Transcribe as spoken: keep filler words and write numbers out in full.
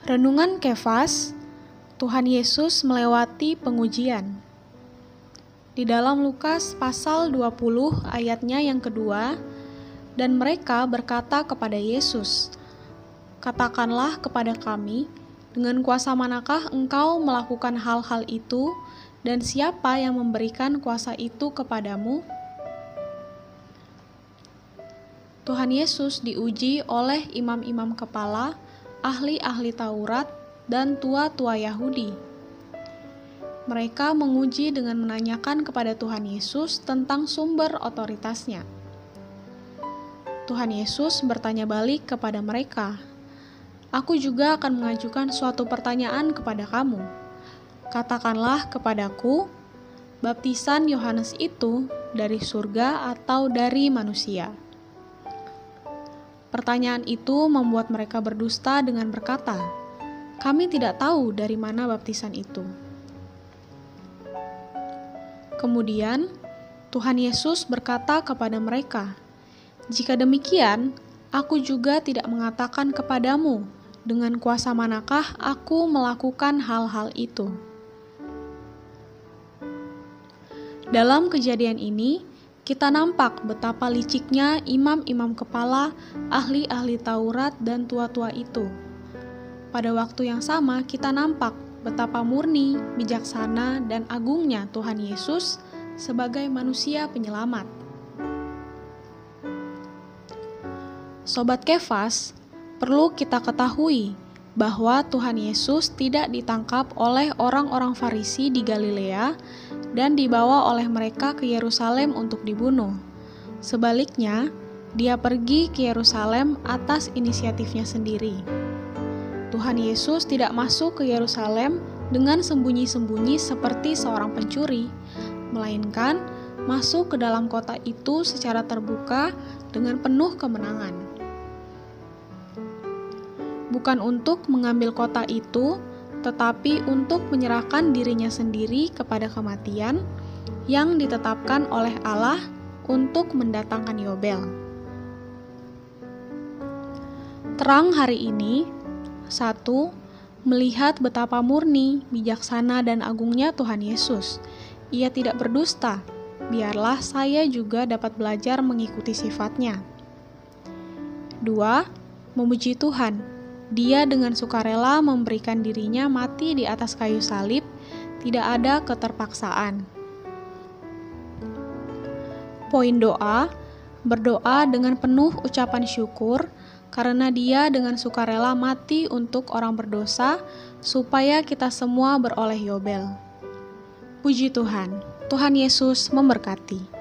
Renungan Kefas, Tuhan Yesus melewati pengujian. Di dalam Lukas pasal dua puluh ayatnya yang kedua, dan mereka berkata kepada Yesus, "Katakanlah kepada kami, dengan kuasa manakah engkau melakukan hal-hal itu, dan siapa yang memberikan kuasa itu kepadamu?" Tuhan Yesus diuji oleh imam-imam kepala, ahli-ahli Taurat, dan tua-tua Yahudi. Mereka menguji dengan menanyakan kepada Tuhan Yesus tentang sumber otoritasnya. Tuhan Yesus bertanya balik kepada mereka, "Aku juga akan mengajukan suatu pertanyaan kepada kamu. Katakanlah kepadaku, baptisan Yohanes itu dari surga atau dari manusia?" Pertanyaan itu membuat mereka berdusta dengan berkata, "Kami tidak tahu dari mana baptisan itu." Kemudian, Tuhan Yesus berkata kepada mereka, "Jika demikian, aku juga tidak mengatakan kepadamu dengan kuasa manakah aku melakukan hal-hal itu." Dalam kejadian ini, kita nampak betapa liciknya imam-imam kepala, ahli-ahli Taurat, dan tua-tua itu. Pada waktu yang sama, kita nampak betapa murni, bijaksana, dan agungnya Tuhan Yesus sebagai manusia penyelamat. Sobat Kefas, perlu kita ketahui bahwa Tuhan Yesus tidak ditangkap oleh orang-orang Farisi di Galilea dan dibawa oleh mereka ke Yerusalem untuk dibunuh. Sebaliknya, dia pergi ke Yerusalem atas inisiatifnya sendiri. Tuhan Yesus tidak masuk ke Yerusalem dengan sembunyi-sembunyi seperti seorang pencuri, melainkan masuk ke dalam kota itu secara terbuka dengan penuh kemenangan. Bukan untuk mengambil kota itu, tetapi untuk menyerahkan dirinya sendiri kepada kematian yang ditetapkan oleh Allah untuk mendatangkan Yobel. Terang hari ini, satu, melihat betapa murni, bijaksana, dan agungnya Tuhan Yesus. Ia tidak berdusta, biarlah saya juga dapat belajar mengikuti sifatnya. Dua, memuji Tuhan. Dia dengan sukarela memberikan dirinya mati di atas kayu salib, tidak ada keterpaksaan. Poin doa, berdoa dengan penuh ucapan syukur, karena dia dengan sukarela mati untuk orang berdosa, supaya kita semua beroleh Yobel. Puji Tuhan, Tuhan Yesus memberkati.